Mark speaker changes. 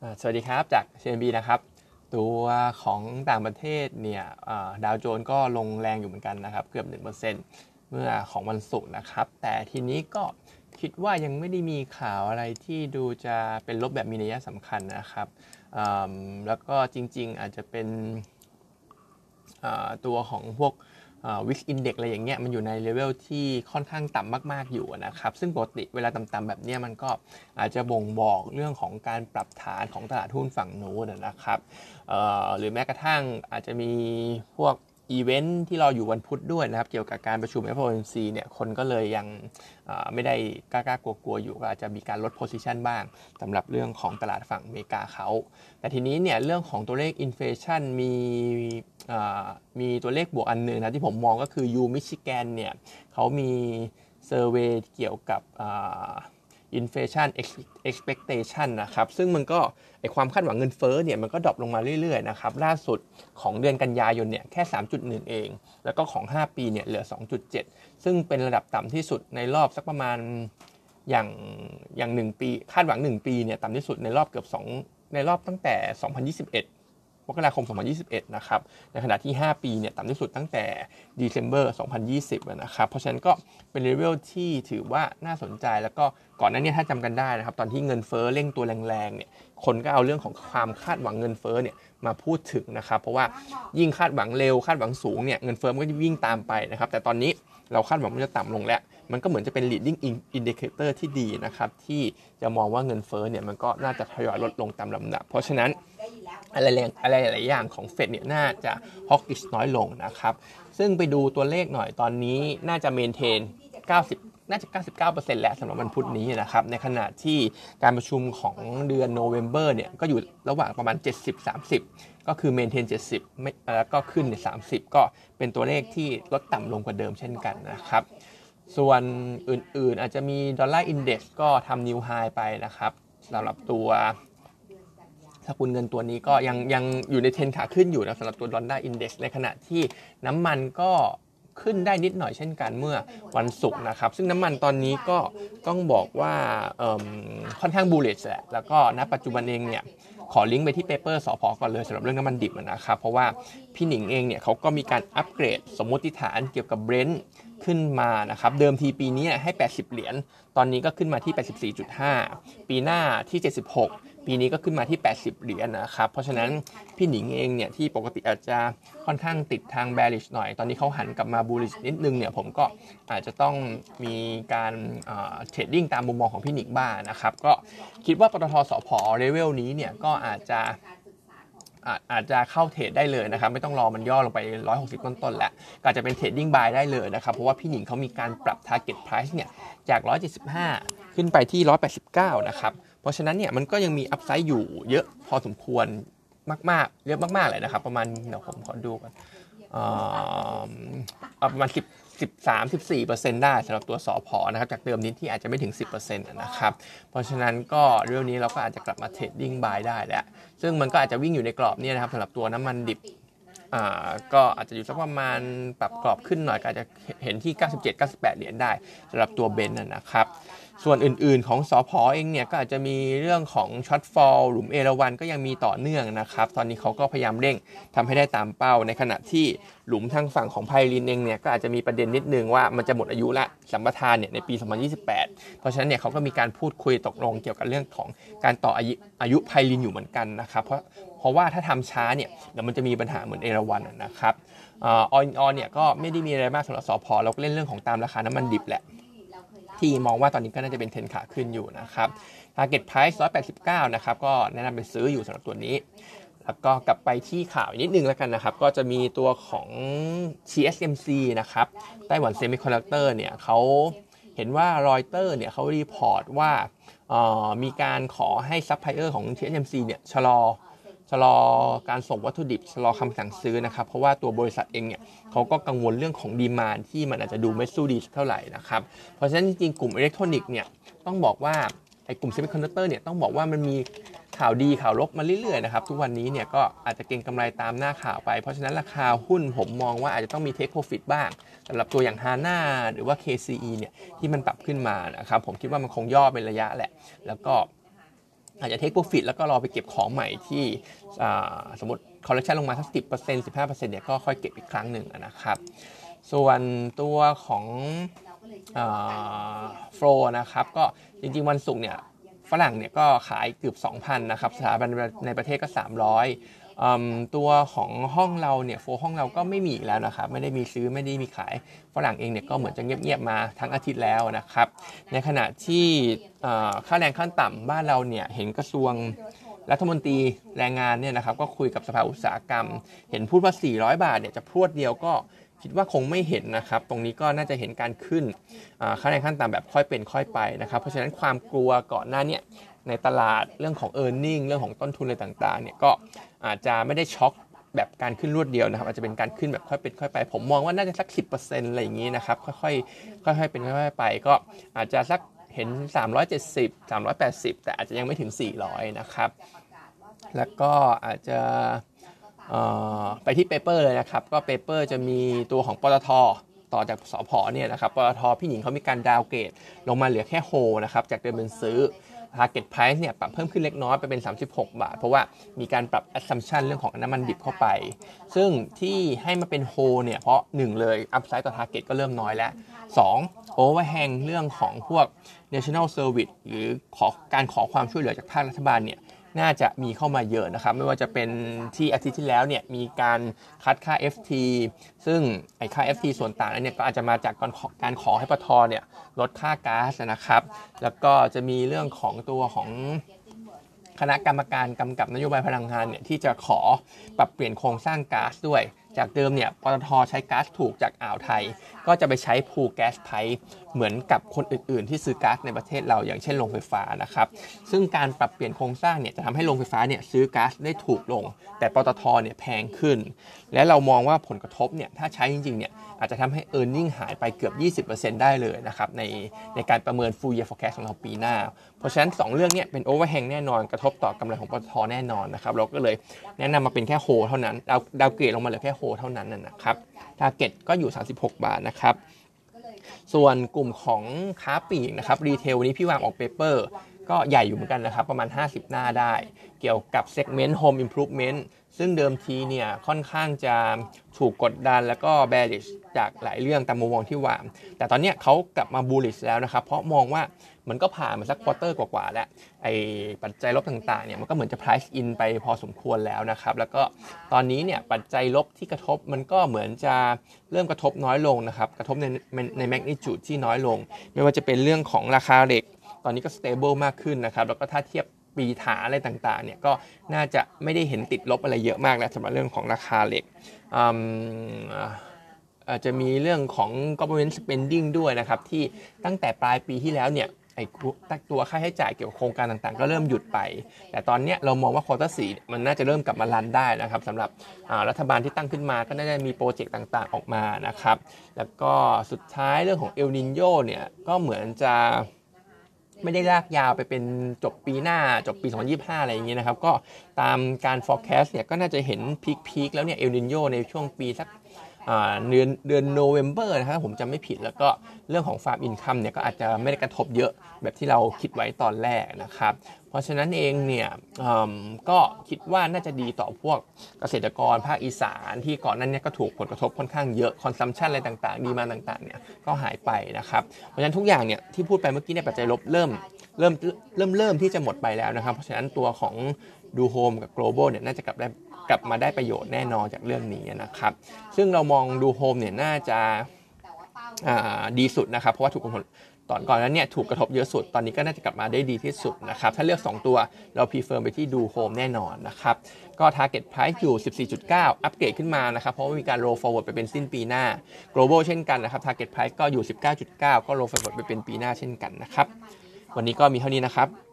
Speaker 1: สวัสดีครับจาก CNB นะครับตัวของต่างประเทศเนี่ยดาวโจนส์ก็ลงแรงอยู่เหมือนกันนะครับเกือบ 1% เมื่อของวันศุกร์นะครับแต่ทีนี้ก็คิดว่ายังไม่ได้มีข่าวอะไรที่ดูจะเป็นลบแบบมีนัยสำคัญนะครับแล้วก็จริงๆอาจจะเป็นตัวของพวกวิกอินเด็กอะไรอย่างเงี้ยมันอยู่ในเลเวลที่ค่อนข้างต่ำมากๆอยู่นะครับซึ่งปกติเวลาต่ำๆแบบนี้มันก็อาจจะบ่งบอกเรื่องของการปรับฐานของตลาดหุ้นฝั่งนู้นนะครับหรือแม้กระทั่งอาจจะมีพวกอีเวนท์ที่เราอยู่วันพุธด้วยนะครับเกี่ยวกับการประชุม FOMC เนี่ยคนก็เลยยังไม่ได้กล้ากลัวๆอยู่ก็อาจจะมีการลด position บ้างสำหรับเรื่องของตลาดฝั่งอเมริกาเขาแต่ทีนี้เนี่ยเรื่องของตัวเลข inflation มีตัวเลขบวกอันหนึ่งนะที่ผมมองก็คือยูมิชิแกนเนี่ยเขามีเซอร์เวย์เกี่ยวกับinflation expectation นะครับซึ่งมันก็ความคาดหวังเงินเฟ้อเนี่ยมันก็ดรอปลงมาเรื่อยๆนะครับล่าสุดของเดือนกันยายนเนี่ยแค่ 3.1 เองแล้วก็ของ5ปีเนี่ยเหลือ 2.7 ซึ่งเป็นระดับต่ำที่สุดในรอบสักประมาณอย่าง1ปีคาดหวัง1ปีเนี่ยต่ำที่สุดในรอบเกือบ2ในรอบตั้งแต่2021มกราคม2021นะครับในขณะที่5ปีเนี่ยต่ำที่สุดตั้งแต่ December 2020นะครับเพราะฉะนั้นก็เป็นเลเวลที่ถือว่าน่าสนใจแล้วก็ก่อนหน้านี้ถ้าจำกันได้นะครับตอนที่เงินเฟ้อเร่งตัวแรงๆเนี่ยคนก็เอาเรื่องของความคาดหวังเงินเฟ้อเนี่ยมาพูดถึงนะครับเพราะว่ายิ่งคาดหวังเร็วคาดหวังสูงเนี่ยเงินเฟ้อมันก็จะวิ่งตามไปนะครับแต่ตอนนี้เราคาดหวังมันจะต่ำลงแล้วมันก็เหมือนจะเป็น leading indicator ที่ดีนะครับที่จะมองว่าเงินเฟ้อเนี่ยมันก็น่าจะทยอยลดลงตามลำดับเพราะฉะนั้นอะไรหลายอย่างของเฟดเนี่ยน่าจะฮอกกิชน้อยลงนะครับซึ่งไปดูตัวเลขหน่อยตอนนี้น่าจะเมนเทนน่าจะ 99% แล้วสำหรับวันพุธนี้นะครับในขณะที่การประชุมของเดือนโนเวมเบอร์เนี่ยก็อยู่ระหว่างประมาณ 70-30 ก็คือเมนเทน 70แล้วก็ขึ้นใน 30 ก็เป็นตัวเลขที่ลดต่ำลงกว่าเดิมเช่นกันนะครับส่วนอื่นๆอาจจะมีดอลลาร์อินเด็กซ์ก็ทำนิวไฮไปนะครับสำหรับตัวสกุลเงินตัวนี้ก็ยังอยู่ในเทรนขาขึ้นอยู่นะสำหรับตัวดอลลาร์อินเด็กซ์ในขณะที่น้ำมันก็ขึ้นได้นิดหน่อยเช่นกันเมื่อวันศุกร์นะครับซึ่งน้ำมันตอนนี้ก็ต้องบอกว่าค่อนข้างบูลเลชแหละแล้วก็ณปัจจุบันเองเนี่ยขอลิงก์ไปที่เปเปอร์สผก่อนเลยสำหรับเรื่องน้ำมันดิบนะครับเพราะว่าพี่หนิงเองเนี่ยเขาก็มีการอัปเกรดสมมติฐานเกี่ยวกับเบรนท์ขึ้นมานะครับเดิมทีปีนี้ให้$80ตอนนี้ก็ขึ้นมาที่ 84.5 ปีหน้าที่76ปีนี้ก็ขึ้นมาที่$80นะครับเพราะฉะนั้นพี่หนิงเองเนี่ยที่ปกติอาจจะค่อนข้างติดทาง bearish หน่อยตอนนี้เขาหันกลับมา bullish นิดนึงเนี่ยผมก็อาจจะต้องมีการเทรดดิ้งตามมุมมองของพี่หนิงบ้างนะครับก็คิดว่าปตท.สผ.เลเวลนี้เนี่ยก็อาจจะเข้าเทรดได้เลยนะครับไม่ต้องรอมันย่อลงไป160ต้นๆแล้วก็อาจจะเป็นเทรดดิ้งบายได้เลยนะครับเพราะว่าพี่หนิงเขามีการปรับ target price เนี่ยจาก175ขึ้นไปที่189นะครับเพราะฉะนั้นเนี่ยมันก็ยังมีอัพไซด์อยู่เยอะพอสมควรมากๆเยอะมากๆเลยนะครับประมาณเดี๋ยวผมขอดูกันประมาณ13-14% ได้สำหรับตัวสผ.นะครับจากเดิมนี้ที่อาจจะไม่ถึง 10% นะครับเพราะฉะนั้นก็เรื่องนี้เราก็อาจจะกลับมาเทรดดิ้งบายได้แล้วซึ่งมันก็อาจจะวิ่งอยู่ในกรอบนี้นะครับสำหรับตัวน้ำมันดิบก็อาจจะอยู่สักประมาณปรับกรอบขึ้นหน่อยก็อาจจะเห็นที่$97-98ได้สำหรับตัวเบนซ์นะครับส่วนอื่นๆของสผ.เองเนี่ยก็อาจจะมีเรื่องของช็อตฟอลหลุมเอราวัณก็ยังมีต่อเนื่องนะครับตอนนี้เขาก็พยายามเร่งทำให้ได้ตามเป้าในขณะที่หลุมทางฝั่งของไพลินเองเนี่ยก็อาจจะมีประเด็นนิดนึงว่ามันจะหมดอายุละสัมปทานเนี่ยในปี2028เพราะฉะนั้นเนี่ยเขาก็มีการพูดคุยตกลงเกี่ยวกับเรื่องของการต่ออายุไพลินอยู่เหมือนกันนะครับเพราะว่าถ้าทำช้าเนี่ยเดี๋ยวมันจะมีปัญหาเหมือนเอราวัณนะครับออนเนี่ยก็ไม่ได้มีอะไรมากสำหรับสผ.เราก็เล่นเรื่องของตามราคาน้ำมันดิบแหละที่มองว่าตอนนี้ก็น่าจะเป็นเทรนขาขึ้นอยู่นะครับ target price 189นะครับก็แนะนำไปซื้ออยู่สำหรับตัวนี้แล้วก็กลับไปที่ข่าวนิดนึงแล้วกันนะครับก็จะมีตัวของ TSMC นะครับไต้หวันเซมิคอนดักเตอร์เนี่ยเขาเห็นว่ารอยเตอร์เนี่ยเขารีพอร์ตว่ามีการขอให้ซัพพลายเออร์ของ TSMC เนี่ยชะลอการส่งวัตถุดิบชะลอคำสั่งซื้อนะครับเพราะว่าตัวบริษัทเองเนี่ยเขาก็กังวลเรื่องของดีมานด์ที่มันอาจจะดูไม่สู้ดีเท่าไหร่นะครับเพราะฉะนั้นจริงๆกลุ่มอิเล็กทรอนิกส์เนี่ยต้องบอกว่าไอ้กลุ่มเซมิคอนดักเตอร์เนี่ยต้องบอกว่ามันมีข่าวดีข่าวลบมาเรื่อยๆนะครับทุกวันนี้เนี่ยก็อาจจะเก็งกำไรตามหน้าข่าวไปเพราะฉะนั้นราคาหุ้นผมมองว่าอาจจะต้องมีเทคโปรฟิตบ้างสำหรับตัวอย่าง HANA หรือว่า KCE เนี่ยที่มันปรับขึ้นมานะครับผมคิดว่ามันคงย่อเป็นระยะแหละแล้วก็อาจจะเทคโปรฟิตแล้วก็รอไปเก็บของใหม่ที่สมมติคอลเลคชันลงมาสัก 10% 15%เนี่ยก็ค่อยเก็บอีกครั้งหนึ่งนะครับส่วนตัวของโฟลนะครับก็จริงๆวันศุกร์เนี่ยฝรั่งเนี่ยก็ขายเกือบ 2,000 นะครับสถาบันในประเทศก็ 300ตัวของห้องเราเนี่ยโฟลห้องเราก็ไม่มีอีกแล้วนะครับไม่ได้มีซื้อไม่ได้มีขายฝรั่งเองเนี่ยก็เหมือนจะเงียบๆมาทั้งอาทิตย์แล้วนะครับในขณะที่ค่าแรงขั้นต่ำบ้านเราเนี่ยเห็นกระทรวงรัฐมนตรีแรงงานเนี่ยนะครับก็คุยกับสภาอุตสาหกรรมเห็นพูดว่า400 บาทเนี่ยจะพรวดเดียวก็คิดว่าคงไม่เห็นนะครับตรงนี้ก็น่าจะเห็นการขึ้นค่าแรงขั้นต่ำแบบค่อยเป็นค่อยไปนะครับเพราะฉะนั้นความกลัวก่อนหน้านี้ในตลาดเรื่องของ earning เรื่องของต้นทุนอะไรต่างๆเนี่ยก็อาจจะไม่ได้ช็อคแบบการขึ้นรวดเดียวนะครับอาจจะเป็นการขึ้นแบบค่อยเป็นค่อยไปผมมองว่าน่าจะสัก 10% อะไรอย่างนี้นะครับค่อยๆเป็นค่อยๆไปก็อาจจะสักเห็น370 380แต่อาจจะยังไม่ถึง400นะครับแล้วก็อาจจะไปที่เปเปอร์เลยนะครับก็เปเปอร์จะมีตัวของปตท.ต่อจากสผ.เนี่ยนะครับปตท.พี่หนิงเขามีการดาวเกรดลงมาเหลือแค่โฮนะครับจากเดิมเป็นซื้อ target price เนี่ยปรับเพิ่มขึ้นเล็กน้อยไปเป็น36 บาทเพราะว่ามีการปรับ assumption เรื่องของน้ำมันดิบเข้าไปซึ่งที่ให้มาเป็นโฮเนี่ยเพราะ1เลย upside ต่อ target ก็เริ่มน้อยแล้ว2 overhang เรื่องของพวก national service หรือการขอความช่วยเหลือจากภาครัฐบาลเนี่ยน่าจะมีเข้ามาเยอะนะครับไม่ว่าจะเป็นที่อาทิตย์ที่แล้วเนี่ยมีการคัดค่า FT ซึ่งไอ้ค่า FT ส่วนต่างนั้นเนี่ยก็อาจจะมาจากการขอให้ปตท.เนี่ยลดค่าก๊าซนะครับแล้วก็จะมีเรื่องของตัวของคณะกรรมการกำกับนโยบายพลังงานเนี่ยที่จะขอปรับเปลี่ยนโครงสร้างก๊าซด้วยจากเดิมเนี่ยปตท.ใช้ก๊าซถูกจากอ่าวไทยก็จะไปใช้พูลแก๊สไพป์เหมือนกับคนอื่นๆที่ซื้อก๊าซในประเทศเราอย่างเช่นโรงไฟฟ้านะครับซึ่งการปรับเปลี่ยนโครงสร้างเนี่ยจะทำให้โรงไฟฟ้าเนี่ยซื้อก๊าซได้ถูกลงแต่ปตท.เนี่ยแพงขึ้นและเรามองว่าผลกระทบเนี่ยถ้าใช้จริงๆเนี่ยอาจจะทำให้ earning หายไปเกือบ 20% ได้เลยนะครับในการประเมิน full year forecast ของเราปีหน้าเพราะฉะนั้น2เรื่องนี้เป็น overhang แน่นอนกระทบต่อกำไรของปตท.แน่นอนนะครับเราก็เลยแนะนำมาเป็นแค่โฮเท่านั้นดาวเกรดลงมาเหลือแค่โฮเท่านั้นนะครับ target ก็อยู่36 บาทนะครับส่วนกลุ่มของค้าปลีกนะครับรีเทลวันนี้พี่วางออกเปเปอร์ก็ใหญ่อยู่เหมือนกันนะครับประมาณ50 หน้าได้เกี่ยวกับ segment home improvement ซึ่งเดิมทีเนี่ยค่อนข้างจะถูกกดดันแล้วก็ bearish จากหลายเรื่องตามมุมมองที่วางแต่ตอนนี้เขากลับมา bullish แล้วนะครับเพราะมองว่ามันก็ผ่านมาสักควอเตอร์กว่าๆแล้วไอ้ปัจจัยลบต่างๆเนี่ยมันก็เหมือนจะ price in ไปพอสมควรแล้วนะครับแล้วก็ตอนนี้เนี่ยปัจจัยลบที่กระทบมันก็เหมือนจะเริ่มกระทบน้อยลงนะครับกระทบใน magnitude ที่น้อยลงไม่ว่าจะเป็นเรื่องของราคาเหล็กตอนนี้ก็ stable มากขึ้นนะครับแล้วก็ถ้าเทียบปีฐานอะไรต่างๆเนี่ยก็น่าจะไม่ได้เห็นติดลบอะไรเยอะมากแล้วสำหรับเรื่องของราคาเหล็กอาจจะมีเรื่องของ government spending ด้วยนะครับที่ตั้งแต่ปลายปีที่แล้วเนี่ยไอ้ตัวค่าใช้จ่ายเกี่ยวกับโครงการต่างๆก็เริ่มหยุดไปแต่ตอนนี้เรามองว่าควอเตอร์4มันน่าจะเริ่มกลับมารันได้นะครับสำหรับรัฐบาลที่ตั้งขึ้นมาก็น่าจะมีโปรเจกต์ต่างๆออกมานะครับแล้วก็สุดท้ายเรื่องของเอลนิโญเนี่ยก็เหมือนจะไม่ได้ลากยาวไปเป็นจบปีหน้าจบปี2025อะไรอย่างเงี้ยนะครับก็ตามการ forecast เนี่ยก็น่าจะเห็นพีคแล้วเนี่ยเอลนิโญในช่วงปีสักเดือนโนเวมเบอร์นะครับผมจำไม่ผิดแล้วก็เรื่องของฟาร์มอินคัมเนี่ยก็อาจจะไม่ได้กระทบเยอะแบบที่เราคิดไว้ตอนแรกนะครับเพราะฉะนั้นเองเนี่ยก็คิดว่าน่าจะดีต่อพวกเกษตรกรภาคอีสานที่ก่อนนั้นเนี่ยก็ถูกผลกระทบค่อนข้างเยอะคอนซัมชันอะไรต่างๆดีมาต่างๆเนี่ยก็หายไปนะครับเพราะฉะนั้นทุกอย่างเนี่ยที่พูดไปเมื่อกี้เนี่ยปัจจัยลบเริ่มที่จะหมดไปแล้วนะครับเพราะฉะนั้นตัวของดูโฮมกับ global เนี่ยน่าจะกลับมาได้ประโยชน์แน่นอนจากเรื่องนี้นะครับซึ่งเรามองดูโฮมเนี่ยน่าจะดีสุดนะครับเพราะว่าถูกก่อนนั้นเนี่ยถูกกระทบเยอะสุดตอนนี้ก็น่าจะกลับมาได้ดีที่สุดนะครับถ้าเลือก2ตัวเราพรีเฟอร์ไปที่ดูโฮมแน่นอนนะครับก็ target price อยู่ 14.9 อัปเกรดขึ้นมานะครับเพราะว่ามีการ roll forward ไปเป็นสิ้นปีหน้า global เช่นกันนะครับ target price ก็อยู่ 19.9 ก็ roll forward ไปเป็นปีหน้าเช่นกันนะครับวันนี้ก็มีเท่านี้นะครับ